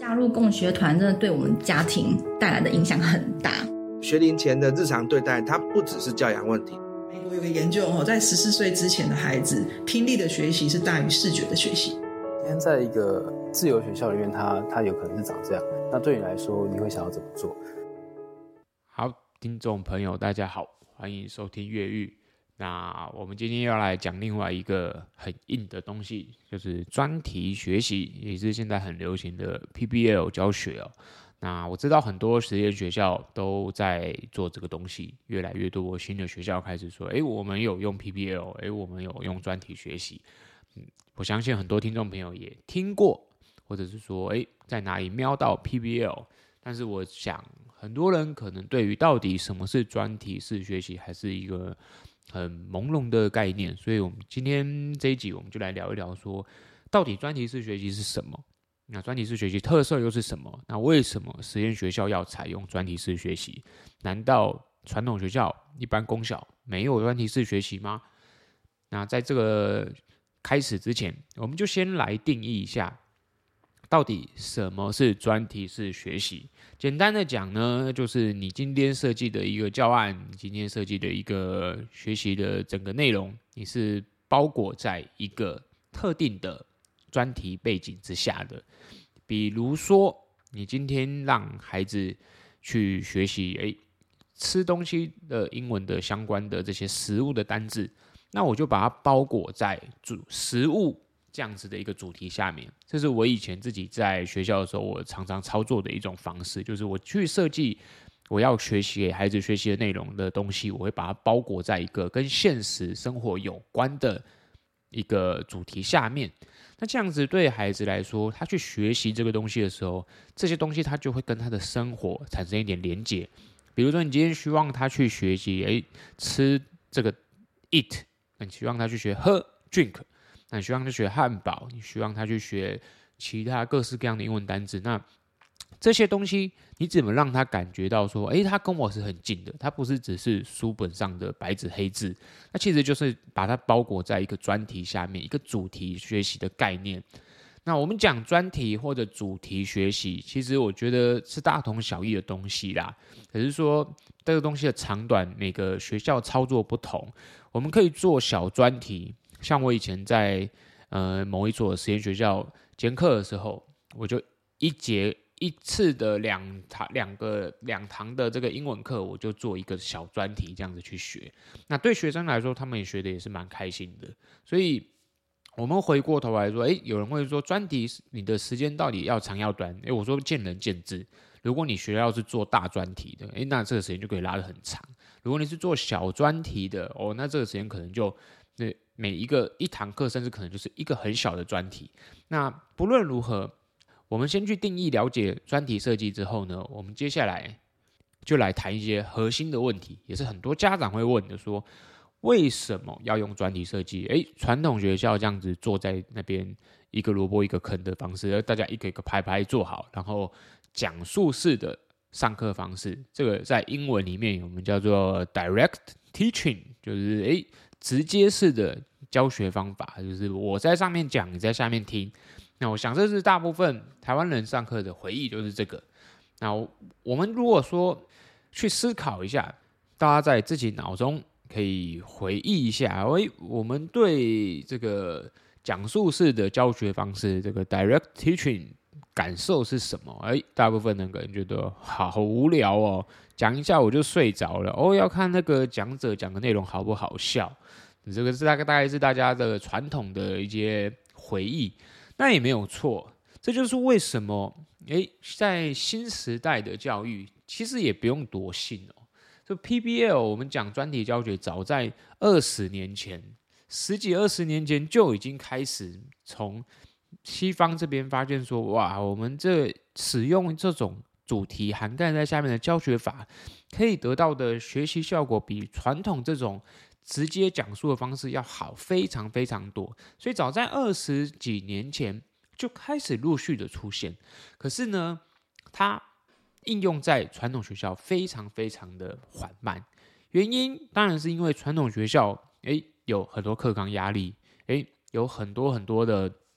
加入共学团真的对我们家庭带来的影响很大。 学龄前的日常对待，它不只是教养问题。 美国有个研究，在14岁之前的孩子，听力的学习是大于视觉的学习。 今天在一个自由学校里面，它有可能是长这样，那对你来说，你会想要怎么做？ 好，听众朋友大家好，欢迎收听越狱。那我们今天要来讲另外一个很硬的东西，就是专题学习，也是现在很流行的 PBL 教学哦。那我知道很多实验学校都在做这个东西，越来越多新的学校开始说，我们有用 PBL， 我们有用专题学习。我相信很多听众朋友也听过，或者是说，在哪里瞄到 PBL， 但是我想很多人可能对于到底什么是专题式学习，还是一个很朦胧的概念，所以我们今天这一集我们就来聊一聊说，到底专题式学习是什么？那专题式学习特色又是什么？那为什么实验学校要采用专题式学习？难道传统学校一般公校没有专题式学习吗？那在这个开始之前，我们就先来定义一下，到底什么是专题式学习？简单的讲呢，就是你今天设计的一个教案，你今天设计的一个学习的整个内容，你是包裹在一个特定的专题背景之下的。比如说，你今天让孩子去学习，吃东西的英文的相关的这些食物的单字，那我就把它包裹在食物这样子的一个主题下面。这是我以前自己在学校的时候，我常常操作的一种方式，就是我去设计我要学习给孩子学习的内容的东西，我会把它包裹在一个跟现实生活有关的一个主题下面。那这样子对孩子来说，他去学习这个东西的时候，这些东西他就会跟他的生活产生一点连结。比如说，你今天希望他去学习，吃这个 eat， 那你希望他去学喝 drink， 那你希望他学汉堡，你希望他去学其他各式各样的英文单字。那这些东西，你怎么让他感觉到说，他跟我是很近的，他不是只是书本上的白纸黑字，那其实就是把它包裹在一个专题下面，一个主题学习的概念。那我们讲专题或者主题学习，其实我觉得是大同小异的东西啦，只是说这个东西的长短，每个学校操作不同。我们可以做小专题，像我以前在某一所实验学校兼课的时候，我就一次的两堂的这个英文课，我就做一个小专题这样子去学。那对学生来说，他们也学的也是蛮开心的。所以我们回过头来说，有人会说专题你的时间到底要长要短？我说见仁见智。如果你学校是做大专题的，那这个时间就可以拉得很长。如果你是做小专题的，那这个时间可能就每一堂课甚至可能就是一个很小的专题。那不论如何，我们先去定义了解专题设计之后呢，我们接下来就来谈一些核心的问题，也是很多家长会问的，说为什么要用专题设计？传统学校这样子坐在那边一个萝卜一个坑的方式，大家一个一个排做好，然后讲述式的上课方式，这个在英文里面我们叫做 direct teaching， 就是直接式的教学方法，就是我在上面讲，你在下面听。那我想这是大部分台湾人上课的回忆，就是这个。那我们如果说去思考一下，大家在自己脑中可以回忆一下，我们对这个讲述式的教学方式，这个 direct teaching 感受是什么？大部分人可能觉得好无聊哦，讲一下我就睡着了。要看那个讲者讲的内容好不好笑，这个是大概是大家的传统的一些回忆。那也没有错，这就是为什么在新时代的教育，其实也不用多信哦。就 PBL， 我们讲专题教学，早在20年前、10几20年前就已经开始从西方这边发现说，哇，我们这使用这种主题涵盖在下面的教学法，可以得到的学习效果比传统这种直接讲述的方式要好非常非常多，所以早在20几年前就开始陆续的出现。可是呢，它应用在传统学校非常非常的缓慢，原因当然是因为传统学校有很多课纲压力，有很多的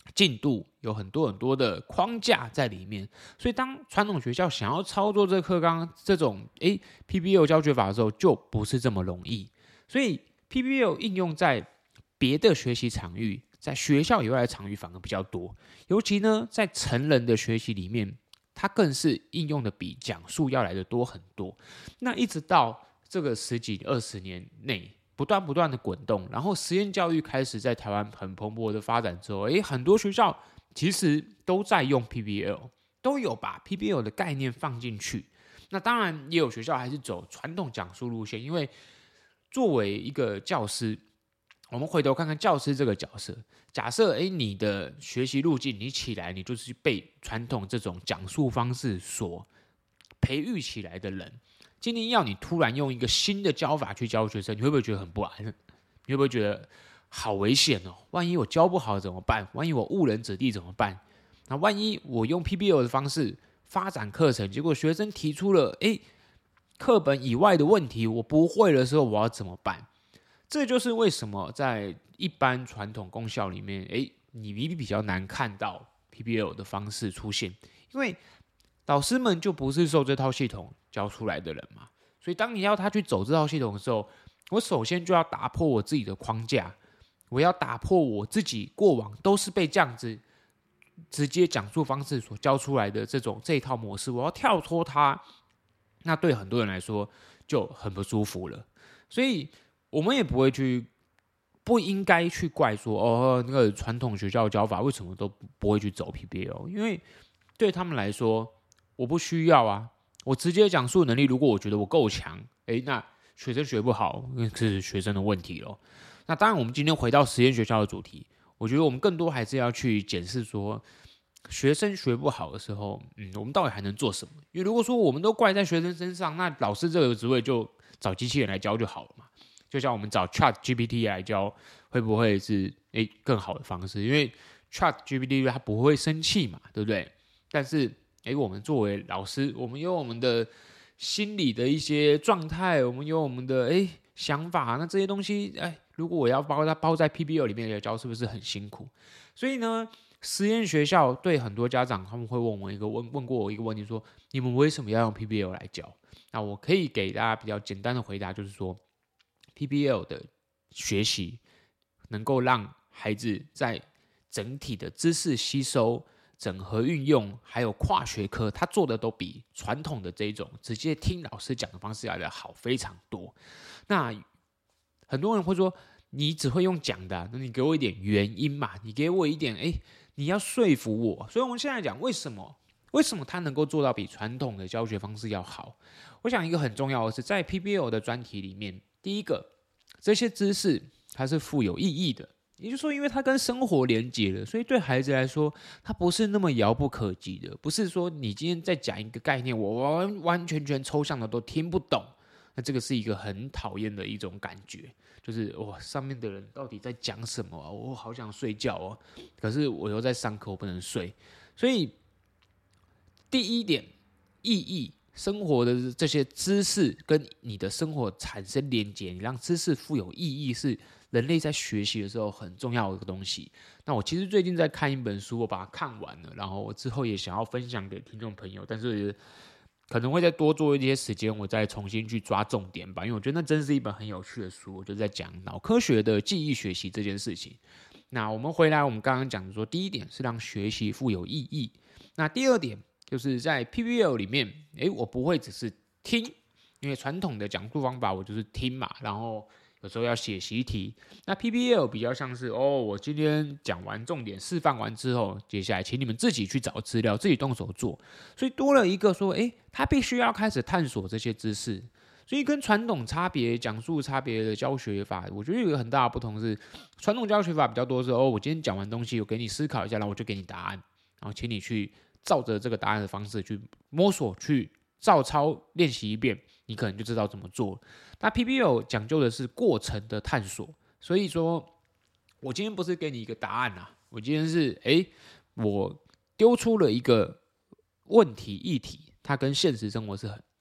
进度，有很多的框架在里面，所以当传统学校想要操作这课纲这种PBL 教学法的时候，就不是这么容易。所以 PBL 应用在别的学习场域，在学校以外的场域反而比较多，尤其呢在成人的学习里面，它更是应用的比讲述要来的多很多。那一直到这个10几20年内，不断的滚动，然后实验教育开始在台湾很蓬勃的发展之后，很多学校其实都在用 PBL， 都有把 PBL 的概念放进去。那当然也有学校还是走传统讲述路线，因为作为一个教师，我们回头看看教师这个角色，假设你的学习路径你起来，你就是被传统这种讲述方式所培育起来的人，今天要你突然用一个新的教法去教学生，你会不会觉得很不安？你会不会觉得好危险哦？万一我教不好怎么办？万一我误人子弟怎么办？那万一我用 PBL 的方式发展课程，结果学生提出了课本以外的问题，我不会的时候我要怎么办？这就是为什么在一般传统公校里面，你比较难看到 PBL 的方式出现，因为老师们就不是受这套系统教出来的人嘛。所以当你要他去走这套系统的时候，我首先就要打破我自己的框架，我要打破我自己过往都是被这样子直接讲述方式所教出来的这一套模式，我要跳脱它。那对很多人来说就很不舒服了。所以我们也不应该去怪说那个传统学校的教法为什么都不会去走 PBL， 因为对他们来说我不需要啊，我直接讲述能力如果我觉得我够强，那学生学不好是学生的问题咯。那当然我们今天回到实验学校的主题，我觉得我们更多还是要去检视说学生学不好的时候，我们到底还能做什么？因为如果说我们都怪在学生身上，那老师这个职位就找机器人来教就好了嘛。就像我们找 ChatGPT 来教，会不会是更好的方式？因为 ChatGPT 它不会生气嘛，对不对？但是我们作为老师，我们有我们的心理的一些状态，我们有我们的想法，那这些东西如果我要把它包在 PBL 里面来教，是不是很辛苦？所以呢，实验学校对很多家长他们会问过我一个问题说，你们为什么要用 PBL 来教？那我可以给大家比较简单的回答，就是说 PBL 的学习能够让孩子在整体的知识吸收、整合运用还有跨学科，他做的都比传统的这种直接听老师讲的方式来的好非常多。那很多人会说，你只会用讲的那你给我一点原因嘛，你给我一点你要说服我。所以我们现在讲为什么他能够做到比传统的教学方式要好。我想一个很重要的是，在 PBL 的专题里面，第一个，这些知识它是富有意义的，也就是说因为它跟生活连结了，所以对孩子来说它不是那么遥不可及的，不是说你今天在讲一个概念，我完完全全抽象的都听不懂，那这个是一个很讨厌的一种感觉，就是上面的人到底在讲什么啊？我好想睡觉哦，可是我又在上课，我不能睡。所以第一点，意义，生活的这些知识跟你的生活产生连结，你让知识富有意义，是人类在学习的时候很重要的一个东西。那我其实最近在看一本书，我把它看完了，然后我之后也想要分享给听众朋友，但是可能会再多做一些时间，我再重新去抓重点吧，因为我觉得那真是一本很有趣的书，我就在讲脑科学的记忆学习这件事情。那我们回来，我们刚刚讲的说，第一点是让学习富有意义，那第二点就是在 PBL 里面，我不会只是听，因为传统的讲述方法我就是听嘛，然后有时候要写习题。那 PBL 比较像是我今天讲完重点示范完之后，接下来请你们自己去找资料，自己动手做。所以多了一个说，他必须要开始探索这些知识。所以跟传统差别、讲述差别的教学法，我觉得有一个很大的不同是，传统教学法比较多是我今天讲完东西，我给你思考一下，然后我就给你答案，然后请你去照着这个答案的方式去摸索，去照抄练习一遍，你可能就知道怎么做。那 PBL 讲究的是过程的探索，所以说我今天不是给你一个答案啊，我今天是我丢出了一个问题议题，它跟现实生活是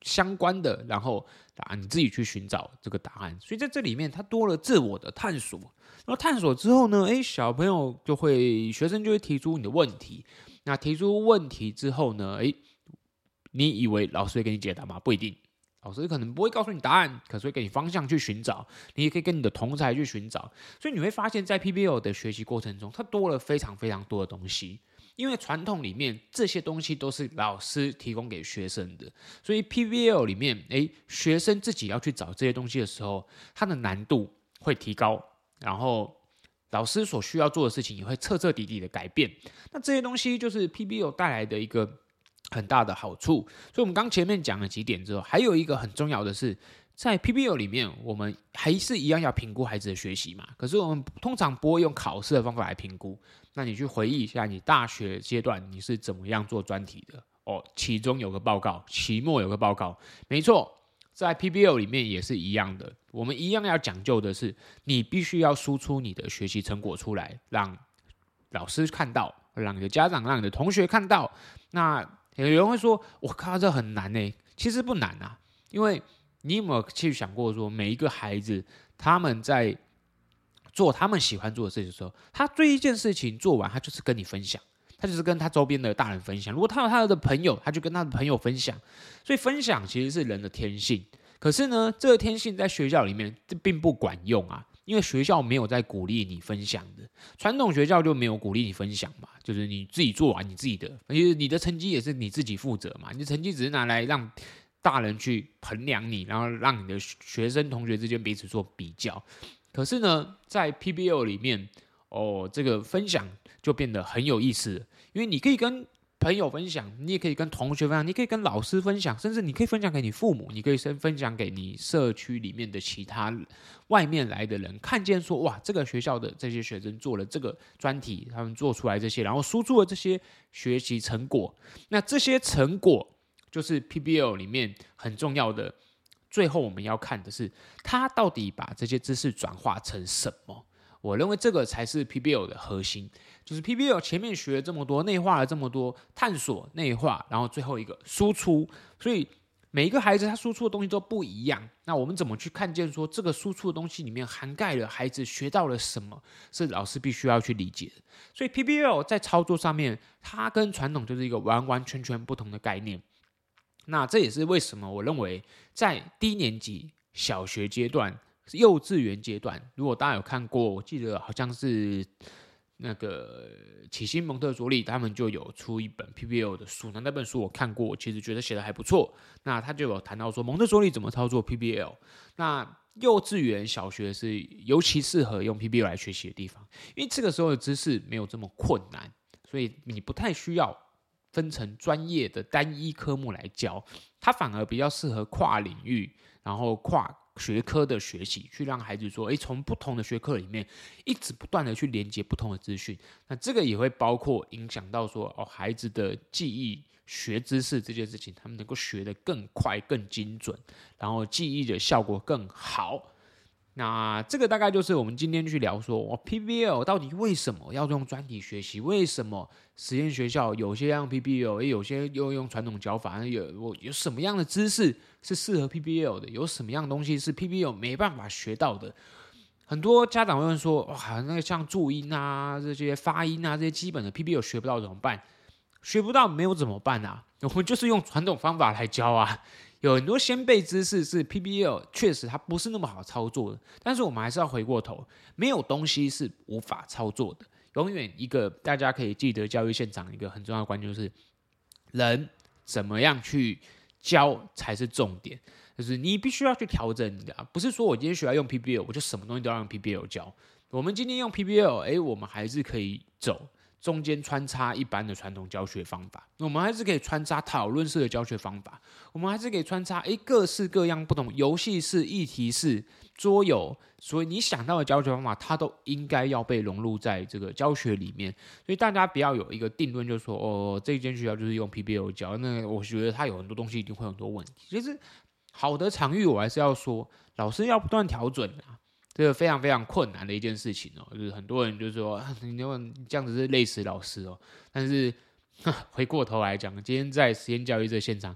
相关的，然后你自己去寻找这个答案。所以在这里面，它多了自我的探索。然后探索之后呢，小朋友学生就会提出你的问题。那提出问题之后呢，你以为老师会给你解答吗？不一定。老师可能不会告诉你答案，可是会给你方向去寻找，你也可以跟你的同侪去寻找。所以你会发现在 PBL 的学习过程中，它多了非常非常多的东西。因为传统里面这些东西都是老师提供给学生的，所以 PBL 里面，学生自己要去找这些东西的时候，它的难度会提高，然后老师所需要做的事情也会彻彻底底的改变。那这些东西就是 PBL 带来的一个很大的好处。所以我们刚前面讲了几点之后，还有一个很重要的是，在 PBL 里面，我们还是一样要评估孩子的学习嘛。可是我们通常不会用考试的方法来评估。那你去回忆一下，你大学阶段你是怎么样做专题的？期中有个报告，期末有个报告，没错，在 PBL 里面也是一样的。我们一样要讲究的是，你必须要输出你的学习成果出来，让老师看到，让你的家长、让你的同学看到。那有人会说：“我靠，这很难欸。”其实不难啊，因为你有没有去想过说，每一个孩子他们在做他们喜欢做的事情的时候，他对一件事情做完，他就是跟你分享，他就是跟他周边的大人分享。如果他有他的朋友，他就跟他的朋友分享。所以分享其实是人的天性。可是呢，这个天性在学校里面并不管用啊，因为学校没有在鼓励你分享的。传统学校就没有鼓励你分享嘛，就是你自己做完你自己的，你的成绩也是你自己负责嘛，你的成绩只是拿来让大人去衡量你，然后让你的学生同学之间彼此做比较。可是呢，在 PBL 里面，这个分享就变得很有意思了，因为你可以跟朋友分享，你也可以跟同学分享，你可以跟老师分享，甚至你可以分享给你父母，你可以分享给你社区里面的其他外面来的人，看见说哇，这个学校的这些学生做了这个专题，他们做出来这些，然后输出了这些学习成果，那这些成果就是 PBL 里面很重要的。最后我们要看的是，他到底把这些知识转化成什么？我认为这个才是 PBL 的核心，就是 PBL 前面学了这么多，内化了这么多，探索、内化，然后最后一个输出。所以每一个孩子他输出的东西都不一样。那我们怎么去看见说这个输出的东西里面涵盖了孩子学到了什么？是老师必须要去理解的。所以 PBL 在操作上面，它跟传统就是一个完完全全不同的概念。那这也是为什么我认为在低年级、小学阶段、幼稚园阶段，如果大家有看过，我记得好像是那个启新蒙特梭利他们就有出一本 PBL 的书，那本书我看过，我其实觉得写的还不错。那他就有谈到说蒙特梭利怎么操作 PBL。那幼稚园、小学是尤其适合用 PBL 来学习的地方，因为这个时候的知识没有这么困难，所以你不太需要分成专业的单一科目来教，它反而比较适合跨领域，然后跨学科的学习，去让孩子说，从不同的学科里面一直不断的去连接不同的资讯。那这个也会包括影响到说，孩子的记忆、学知识这件事情，他们能够学得更快、更精准，然后记忆的效果更好。那这个大概就是我们今天去聊说PBL 到底为什么要用专题学习？为什么实验学校有些用 PBL， 有些又用传统教法？有什么样的知识是适合 PBL 的？有什么样的东西是 PBL 没办法学到的？很多家长会问说：“哇，那个像注音啊、这些发音啊、这些基本的 PBL 学不到怎么办？”学不到没有怎么办啊？我们就是用传统方法来教啊。有很多先辈知识是 PBL 确实它不是那么好操作的，但是我们还是要回过头，没有东西是无法操作的。永远一个大家可以记得教育现场一个很重要的观念就是，人怎么样去教才是重点，就是你必须要去调整你的，不是说我今天学要用 PBL 我就什么东西都要用 PBL 教。我们今天用 PBL， 我们还是可以走中间穿插一般的传统教学方法，我们还是可以穿插讨论式的教学方法，我们还是可以穿插各式各样不同游戏式、议题式、桌游，所以你想到的教学方法，它都应该要被融入在这个教学里面。所以大家不要有一个定论，就是说这间学校就是用 PBL 教，那我觉得它有很多东西一定会有很多问题。其实好的场域，我还是要说，老师要不断调整啊。这个非常非常困难的一件事情就是很多人就说你这样子是累死老师但是回过头来讲，今天在实验教育这个现场，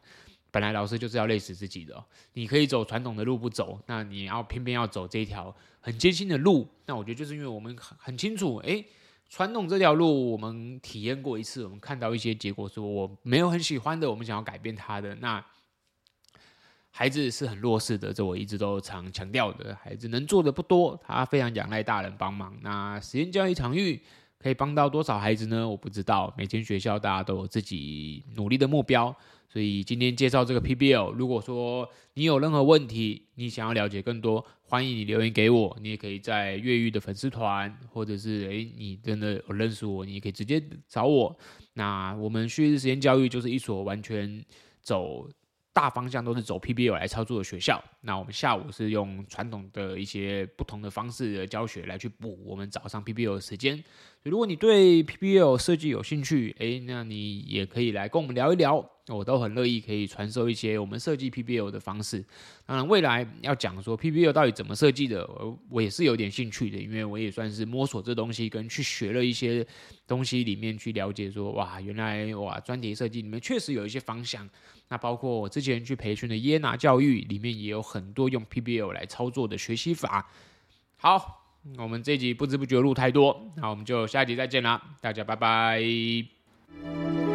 本来老师就是要累死自己的你可以走传统的路不走，那你偏偏要走这一条很艰辛的路，那我觉得就是因为我们很清楚，传统这条路我们体验过一次，我们看到一些结果是我没有很喜欢的，我们想要改变它的。那孩子是很弱势的，这我一直都常强调的，孩子能做的不多，他非常仰赖大人帮忙。那实验教育场域可以帮到多少孩子呢？我不知道，每间学校大家都有自己努力的目标，所以今天介绍这个 PBL， 如果说你有任何问题，你想要了解更多，欢迎你留言给我，你也可以在越狱的粉丝团，或者是你真的有认识我，你也可以直接找我。那我们旭日实验教育就是一所完全走大方向都是走 PBL 来操作的学校，那我们下午是用传统的一些不同的方式的教学来去补我们早上 PBL 的时间。所以如果你对 PBL 设计有兴趣，那你也可以来跟我们聊一聊，我都很乐意可以传授一些我们设计 PBL 的方式。当然未来要讲说 PBL 到底怎么设计的，我也是有点兴趣的，因为我也算是摸索这东西跟去学了一些东西里面去了解说，原来专题设计里面确实有一些方向。那包括我之前去培训的耶拿教育里面也有很多用 PBL 来操作的学习法。好，我们这一集不知不觉录太多，那我们就下一集再见啦，大家拜拜。